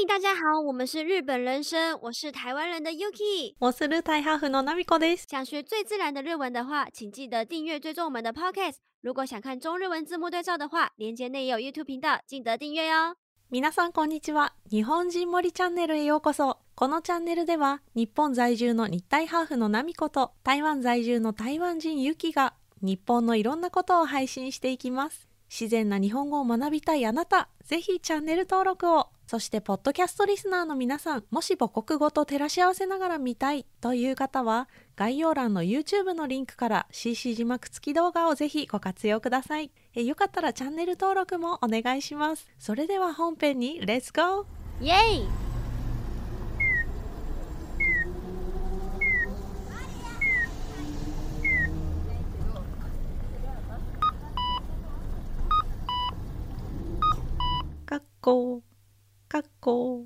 大家好，我们是日本人生，我是台湾人的 Yuki。 我是日台ハーフのナミコです。 想学最自然的日文的话，请记得订阅追踪我们的 Podcast。如果想看中日文字幕对照的话，连结内也有 YouTube 频道，记得订阅哟。 皆さんこんにちは。日本人森チャンネルへようこそ。このチャンネルでは日本在住の日体ハーフのナミコと台湾在住の台湾人ユキが日本のいろんなことを配信していきます。自然な日本語を学びたいあなた、ぜひチャンネル登録を。そしてポッドキャストリスナーの皆さん、もし母国語と照らし合わせながら見たいという方は、概要欄の YouTube のリンクから CC 字幕付き動画をぜひご活用ください。よかったらチャンネル登録もお願いします。それでは本編にレッツゴー。 イエイ。 かっこかっこ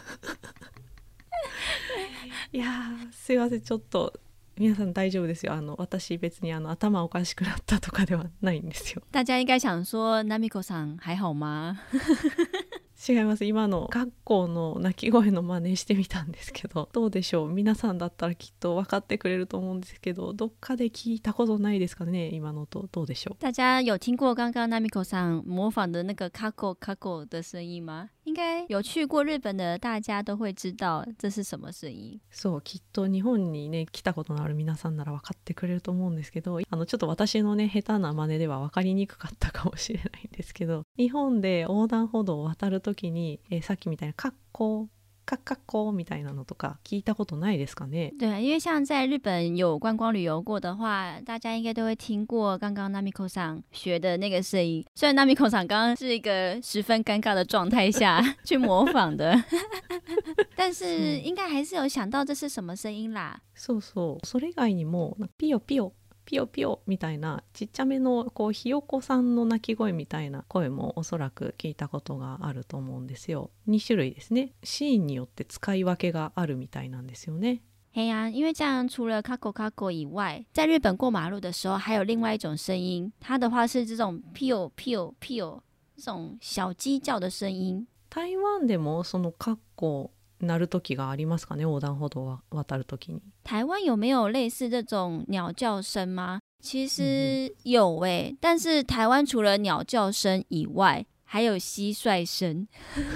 いやー、すいません、ちょっと皆さん大丈夫ですよ。私別に頭おかしくなったとかではないんですよ。 大家应该想说ナミコさん还好吗？ 違います。今の学校の鳴き声の真似してみたんですけど、どうでしょう。皆さんだったらきっと分かってくれると思うんですけど、どっかで聞いたことないですかね、今の音。どうでしょう。 大家有听过刚刚ナミコさん模仿的那个カコカコ的声音吗？应该有去过日本的大家都会知道这是什么声音。 そう、きっと日本にね来たことのある皆さんなら分かってくれると思うんですけど、ちょっと私のね下手な真似では分かりにくかったかもしれないんですけど、日本で横断歩道を渡るときに、さっきみたいなカッコカッカッコみたいなのとか聞いたことないですかね。 对，因为像在日本有观光旅游过的话，大家应该都会听过刚刚 Namiko 上学的那个声音。虽然 Namiko 上刚刚是一个十分尴尬的状态下去模仿的，但是应该还是有想到这是什么声音啦。 そうそう。それ以外にもピヨピヨピヨピヨみたいなちっちゃめのこうひよこさんの鳴き声みたいな声もおそらく聞いたことがあると思うんですよ。2種類ですね。シーンによって使い分けがあるみたいなんですよね。 嘿呀，因为这样除了 kako kako 以外，在日本过马路的时候还有另外一种声音，它的话是这种 pio pio pio 这种小鸡叫的声音。 台湾でもそのカッコ鳴る時がありますかね、横断歩道を渡る時に。 台湾有没有类似这种鸟叫声吗？其实有欸，但是台湾除了鸟叫声以外，还有蟋蟀声。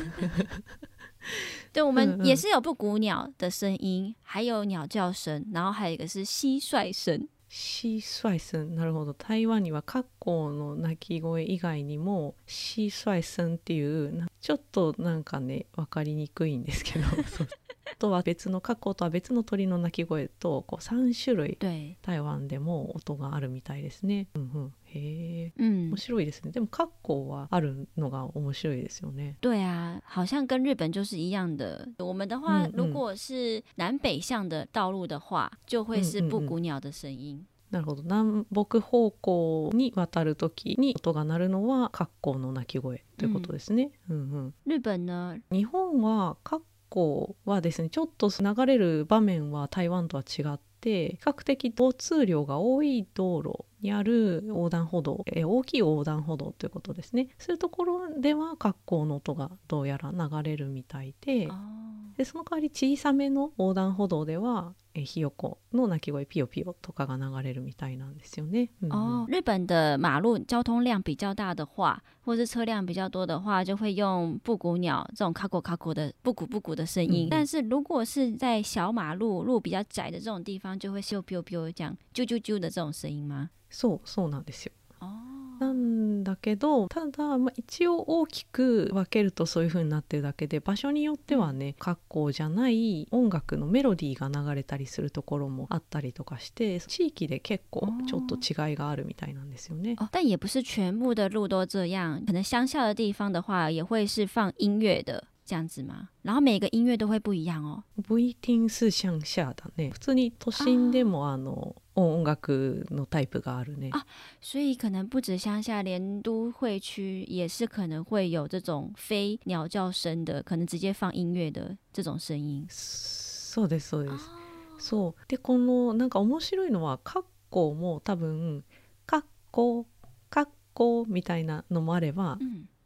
对，我们也是有布谷鸟的声音，还有鸟叫声，然后还有一个是蟋蟀声。 シースワイスン、なるほど。台湾にはカッコの鳴き声以外にもシースワイスンっていうちょっとなんかね分かりにくいんですけどあとは別のカッコとは別の鳥の鳴き声とこう3種類台湾でも音があるみたいですね。うんうん、へえ、面白いですね。でもカッコはあるのが面白いですよね。 对啊，好像跟日本就是一样的。我们的话，如果是南北向的道路的话，就会是布谷鸟的声音。 なるほど。南北方向に渡るときに音が鳴るのはカッコの鳴き声ということですね。 日本呢？ 日本はカッコはですね、ちょっと流れる場面は台湾とは違って比較的交通量が多い道路にある横断歩道、大きい横断歩道ということですね。そういうところではカッコの音がどうやら流れるみたいで、その代わり小さめの横断歩道ではひよこの鳴き声ピヨピヨとかが流れるみたいなんですよね。 日本的马路交通量比较大的话，或是车辆比较多的话，就会用布谷鸟这种卡果卡果的布谷布谷的声音。但是如果是在小马路路比较窄的这种地方，就会咻咻咻这样啾啾啾的这种声音吗？ そうなんですよ。なんだけど、ただ、一応大きく分けるとそういう風になってるだけで、場所によってはね、カッコじゃない音楽のメロディーが流れたりするところもあったりとかして、地域で結構ちょっと違いがあるみたいなんですよね。 但也不是全部的路都这样，可能乡下的地方的话，也会是放音乐的。这样子吗？然后每个音乐都会不一样哦。 不一定是乡下だね。普通に都心でも音楽のタイプがあるね。 所以可能不止乡下，连都会区也是可能会有这种非鸟叫声的，可能直接放音乐的这种声音。 そうですそうです。そうで、このなんか面白いのはカッコも多分カッコカッコみたいなのもあれば、カッ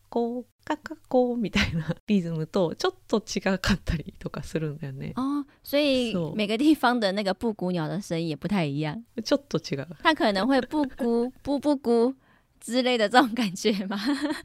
こうカカコみたいなリズムとちょっと違かったりとかするんだよね。 哦，所以そう每个地方的那个布谷鸟的声音也不太一样， ちょっと違う。 它可能会布谷、布布谷之类的这种感觉吗？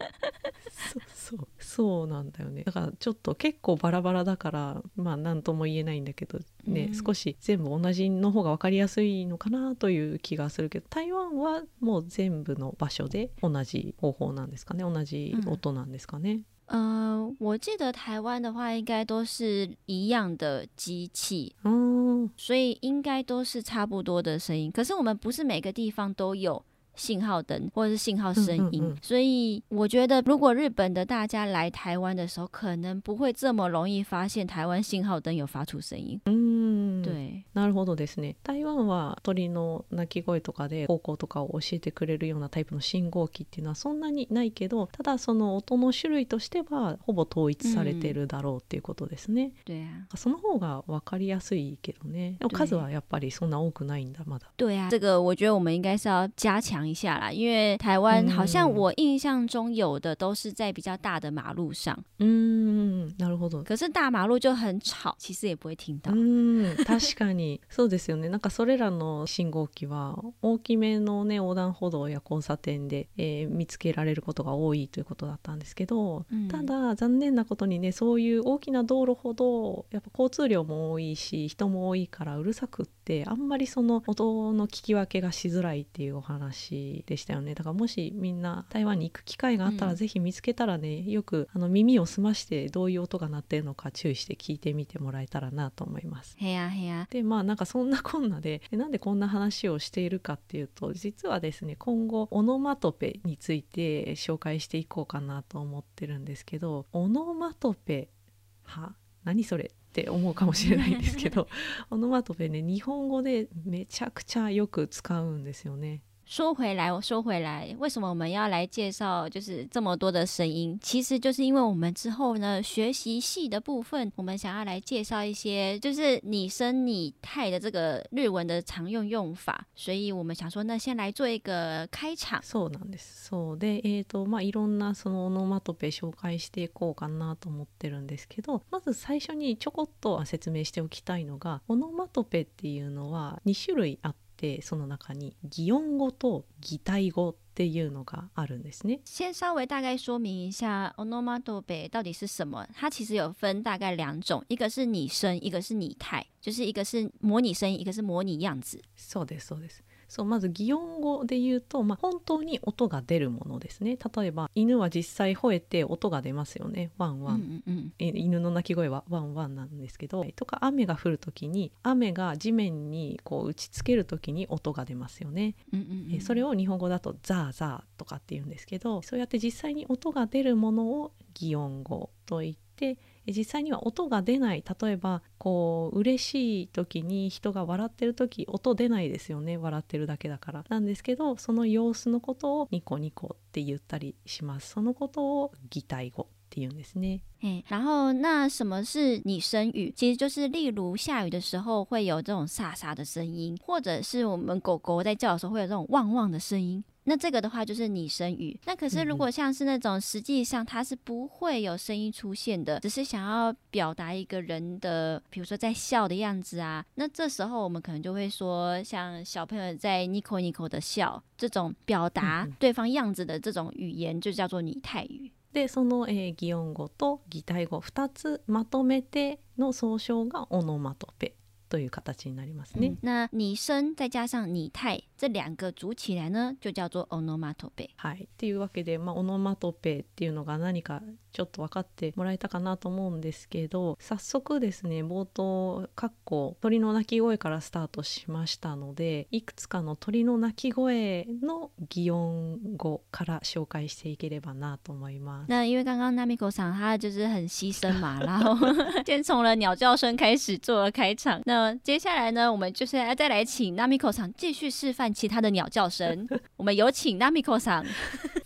そうなんだよね。だからちょっと結構バラバラだからまあ何とも言えないんだけどね、少し全部同じの方が分かりやすいのかなという気がするけど、台湾はもう全部の場所で同じ方法なんですかね、同じ音なんですかね。 我记得台湾的话应该都是一样的机器，所以应该都是差不多的声音。可是我们不是每个地方都有信号灯或者是信号声音，所以我觉得如果日本的大家来台湾的时候，可能不会这么容易发现台湾信号灯有发出声音。对， なるほどですね。台湾は鳥の鳴き声とかで方向とかを教えてくれるようなタイプの信号機っていうのはそんなにないけど、ただその音の種類としてはほぼ統一されてるだろうっていうことですね。 对啊， その方が分かりやすいけどね。でも数はやっぱりそんな多くないんだまだ。 对啊，这个我觉得我们应该是要加强一下啦，因为台湾好像我印象中有的都是在比较大的马路上。 なるほど。 可是大马路就很吵，其实也不会听到。 確かにそうですよね。なんかそれらの信号機は大きめのね横断歩道や交差点で、見つけられることが多いということだったんですけど、ただ残念なことにね、そういう大きな道路ほどやっぱ交通量も多いし人も多いからうるさくってあんまりその音の聞き分けがしづらいっていうお話でしたよね。だからもしみんな台湾に行く機会があったら、ぜひ見つけたらね、よく耳を澄ましてどういう音が鳴ってるのか注意して聞いてみてもらえたらなと思います。 へやへや。 でまあなんかそんなこんなでなんでこんな話をしているかっていうと、実はですね今後オノマトペについて紹介していこうかなと思ってるんですけど、オノマトペ何それって思うかもしれないんですけどオノマトペね、日本語でめちゃくちゃよく使うんですよね。 说回来，为什么我们要来介绍就是这么多的声音？其实就是因为我们之后呢学习系的部分，我们想要来介绍一些就是拟声拟态的这个日文的常用用法，所以我们想说，那先来做一个开場。 そうなんです。そうで、いろんなそのオノマトペ紹介していこうかなと思ってるんですけど、まず最初にちょこっと説明しておきたいのが、オノマトペっていうのは2種類あって、その中に擬音語と擬態語っていうのがあるんですね。 先稍微大概说明一下 onomatope 到底是什么。它其实有分大概两种，一个是拟声，一个是拟态，就是一个是模拟声音，一个是模拟样子。 そうですそうです。そうまず擬音語で言うと、本当に音が出るものですね。例えば犬は実際吠えて音が出ますよね。ワンワン、犬の鳴き声はワンワンなんですけど、とか雨が降るときに雨が地面にこう打ちつけるときに音が出ますよね。それを日本語だとザーザーとかって言うんですけど、そうやって実際に音が出るものを擬音語と言って、実際には音が出ない、例えばこう嬉しい時に人が笑ってる時音出ないですよね、笑ってるだけだから。なんですけどその様子のことをニコニコって言ったりします。そのことを擬態語っていうんですね。 然后那什么是拟声语？其实就是例如下雨的时候会有这种沙沙的声音，或者是我们狗狗在叫的时候会有这种汪汪的声音。那这个的话就是拟声语。那可是如果像是那种实际上它是不会有声音出现的，只是想要表达一个人的比如说在笑的样子啊，那这时候我们可能就会说像小朋友在 nico nico 的笑，这种表达对方样子的这种语言就叫做拟态语。 でその、擬音語と擬態語2つまとめての総称がオノマトペという形になりますね。 那拟声再加上拟態这两个组起来呢就叫做 onomatope。 はい、っていうわけで、オノマトペっていうのが何かちょっと分かってもらえたかなと思うんですけど、早速ですね冒頭鳥の鳴き声からスタートしましたので、いくつかの鳥の鳴き声の擬音語から紹介していければなと思います。 那因为刚刚 Namiko さん他就是很牺牲嘛然后先从了鸟叫声开始做了开场，那接下来呢我们就是再来请 Namiko さん继续示范其他的鸟叫声我们有请 Namiko さん。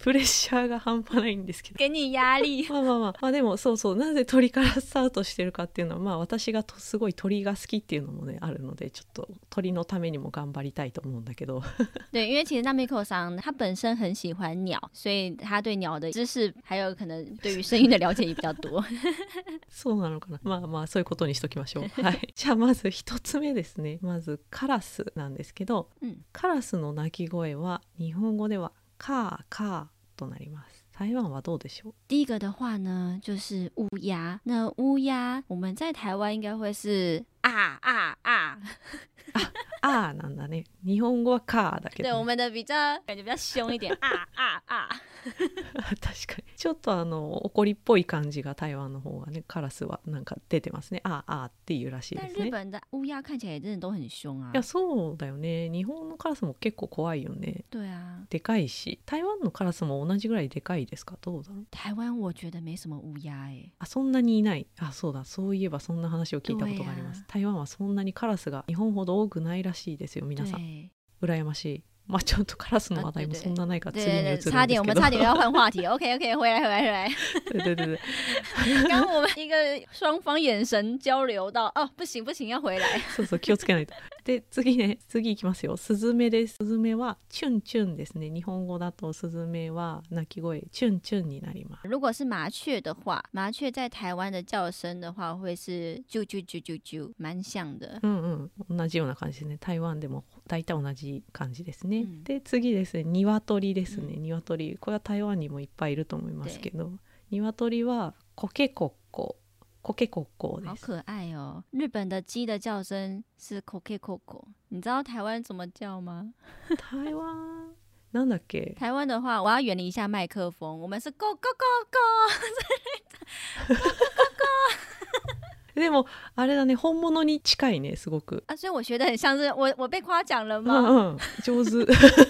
プレッシャーが半端ないんですけど给你压力。 まあでもそうそう、なぜ鳥からスタートしてるかっていうのは、まあ私がすごい鳥が好きっていうのもねあるので、ちょっと鳥のためにも頑張りたいと思うんだけど对，因为其实Namiko桑他本身很喜欢鸟，所以他对鸟的知识还有可能对于声音的了解也比较多。 そうなのかな、まあまあそういうことにしときましょうはい、じゃあまず一つ目ですね。まずカラスなんですけど、カラスの鳴き声は日本語ではカーカーとなります。台湾はどうでしょう？ 第一个的话呢，就是乌鸦。那乌鸦我们在台湾应该会是啊啊啊。 あーなんだね。日本語はカーだけど、 对，我们的比较感觉比较凶一点，啊啊啊。 確かにちょっと怒りっぽい感じが台湾の方がね、カラスはなんか出てますね。あーあーっていうらしいですね。 但日本的乌鸦看起来也真的都很凶啊。 いやそうだよね。日本のカラスも結構怖いよね。 对啊。 でかいし、台湾のカラスも同じぐらいでかいですか？どうだろう？ 台湾我觉得没什么乌鸦あ、そんなにいない。あ、そうだ、そういえばそんな話を聞いたことがあります。台湾はそんなにカラスが日本ほど多くないらしいですよ皆さん。羨ましい。まあちょっとカラスの話題もそんなないから次に移るんですけど。 差点我们差点要换话题。OK OK， 回来。 对对对。 刚刚我们一个双方眼神交流到，哦不行要回来。 そうそう気をつけないと。で次いきますよ。スズメです。スズメはチュンチュンですね。日本語だとスズメは鳴き声チュンチュンになります。 如果是麻雀的话，麻雀在台湾的叫声的话会是啾啾啾啾啾，蛮像的。 同じような感じですね。台湾でも大体同じ感じですね。で次ですね、鶏ですね。鶏、これは台湾にもいっぱいいると思いますけど、鶏はコケコッココケコッコです。 好可爱哦！日本的鸡的叫声是 koke koko， 你知道台湾怎么叫吗？ 台湾なんだっけ？ 台湾的话，我要远离一下麦克风，我们是 go go go go。 でもあれだね、本物に近いね、すごく。 啊，所以我学的很像是我被夸奖了吗？ 上手。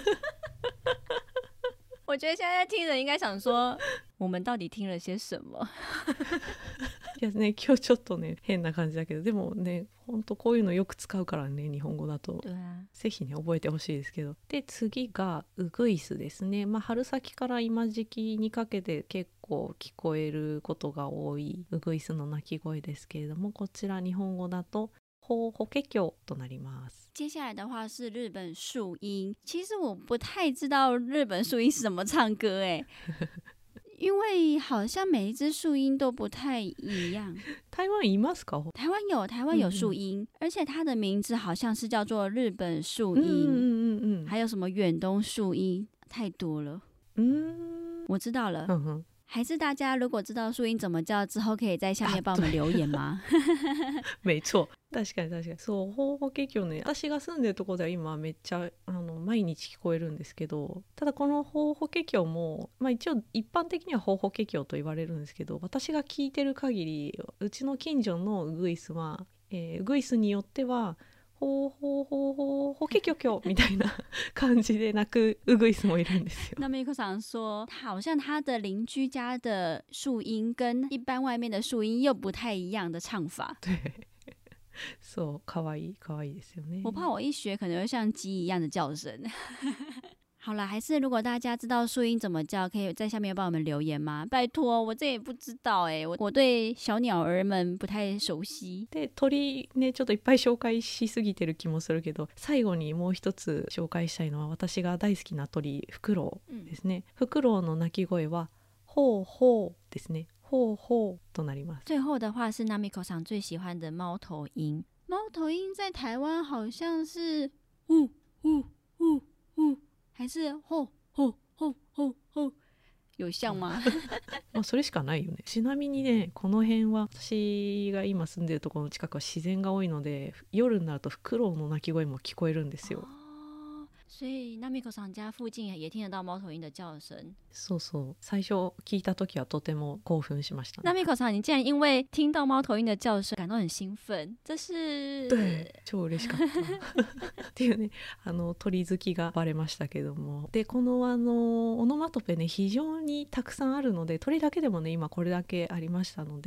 我觉得现在听人应该想说，我们到底听了些什么？ いやね、今日ちょっとね変な感じだけど、でもねほんとこういうのよく使うからね、日本語だと。ぜひね覚えてほしいですけど。で次がウグイスですね。まあ春先から今時期にかけて結構聞こえることが多いウグイスの鳴き声ですけれども、こちら日本語だとホケキョとなります。 接下来的话是日本树音。其实我不太知道日本树音是怎么唱歌因为好像每一只树音都不太一样。 台湾いますか？ 台湾有树音，而且它的名字好像是叫做日本树音，还有什么远东树音，太多了。我知道了。还是大家如果知道树音怎么叫之后，可以在下面帮我们留言吗？ 没错、確かにそう、ホケキョね、私が住んでるところでは今めっちゃ毎日聞こえるんですけど、ただこのホケキョも、まあ、一応一般的にはホケキョと言われるんですけど、私が聞いてる限りうちの近所のウグイスは、ウグイスによってはホケキョキョみたいな感じで鳴くウグイスもいるんですよ。 那么一口长说，好像他的邻居家的树音跟一般外面的树音又不太一样的唱法。 对。そう、可愛いですよね。 我怕我一学可能会像鸡一样的叫声。好了，还是如果大家知道树音怎么叫，可以在下面帮我们留言吗？拜托，我这也不知道我对小鸟儿们不太熟悉。 で鳥ね、ちょっといっぱい紹介しすぎてる気もするけど、最後にもう一つ紹介したいのは私が大好きな鳥、フクロウですね。フクロウの鳴き声はホーホーですね。ホーホーとなります。 最后的话是 Namiko さん最喜欢的猫头鹰。猫头鹰在台湾好像是呜呜呜呜，还是吼吼吼吼吼，有像吗？ まあそれしかないよね。ちなみにね、この辺は私が今住んでるところの近くは自然が多いので、夜になるとフクロウの鳴き声も聞こえるんですよ。 所以 Namiko さん家附近也听得到猫头鹰的叫声。 そうそう、最初聞いた時はとても興奮しましたね。 Namiko さん，你竟然因为听到猫頭鹰的叫声感到很兴奋，这是对、超嬉しかったっていうね、鳥好きがバレましたけども。でこのオノマトペね、非常にたくさんあるので、鳥だけでもね今これだけありましたので、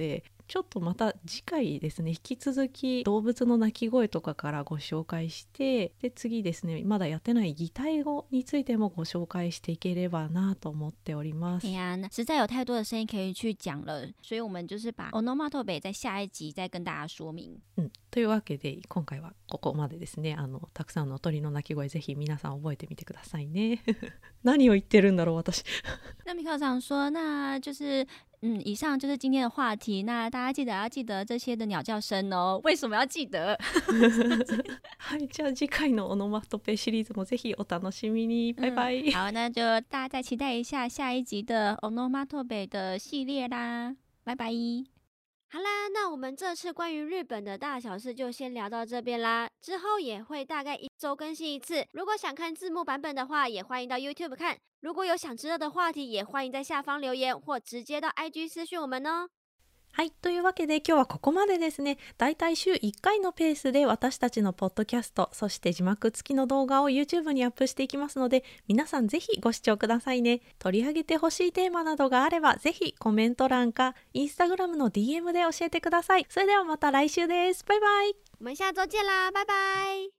ちょっとまた次回ですね、引き続き動物の鳴き声とかからご紹介して、で次ですね、まだやってない擬態語についてもご紹介していければなと思っております。 哎呀，实在有太多的声音可以去讲了，所以我们就是把 onomatope 在下一集再跟大家说明。 というわけで今回はここまでですね。たくさんの鳥の鳴き声ぜひ皆さん覚えてみてくださいね。何を言ってるんだろう私。 那米科长说，那就是以上就是今天的话题。那大家要记得这些的鸟叫声哦。为什么要记得？ はい、じゃあ次回のオノマトペシリーズもぜひお楽しみに。バイバイ。 好，那就大家再期待一下下一集的 onomatope 的系列啦。拜拜。好啦，那我们这次关于日本的大小事就先聊到这边啦。之后也会大概1周更新一次。如果想看字幕版本的话，也欢迎到 YouTube 看。如果有想知道的话题，也欢迎在下方留言或直接到 IG 私讯我们哦。 はい、というわけで今日はここまでですね。だいたい週1回のペースで私たちのポッドキャスト、そして字幕付きの動画を YouTube にアップしていきますので、皆さんぜひご視聴くださいね。取り上げてほしいテーマなどがあれば、ぜひコメント欄か Instagram の DM で教えてください。それではまた来週です。バイバイ。 我们下周见啦，拜拜。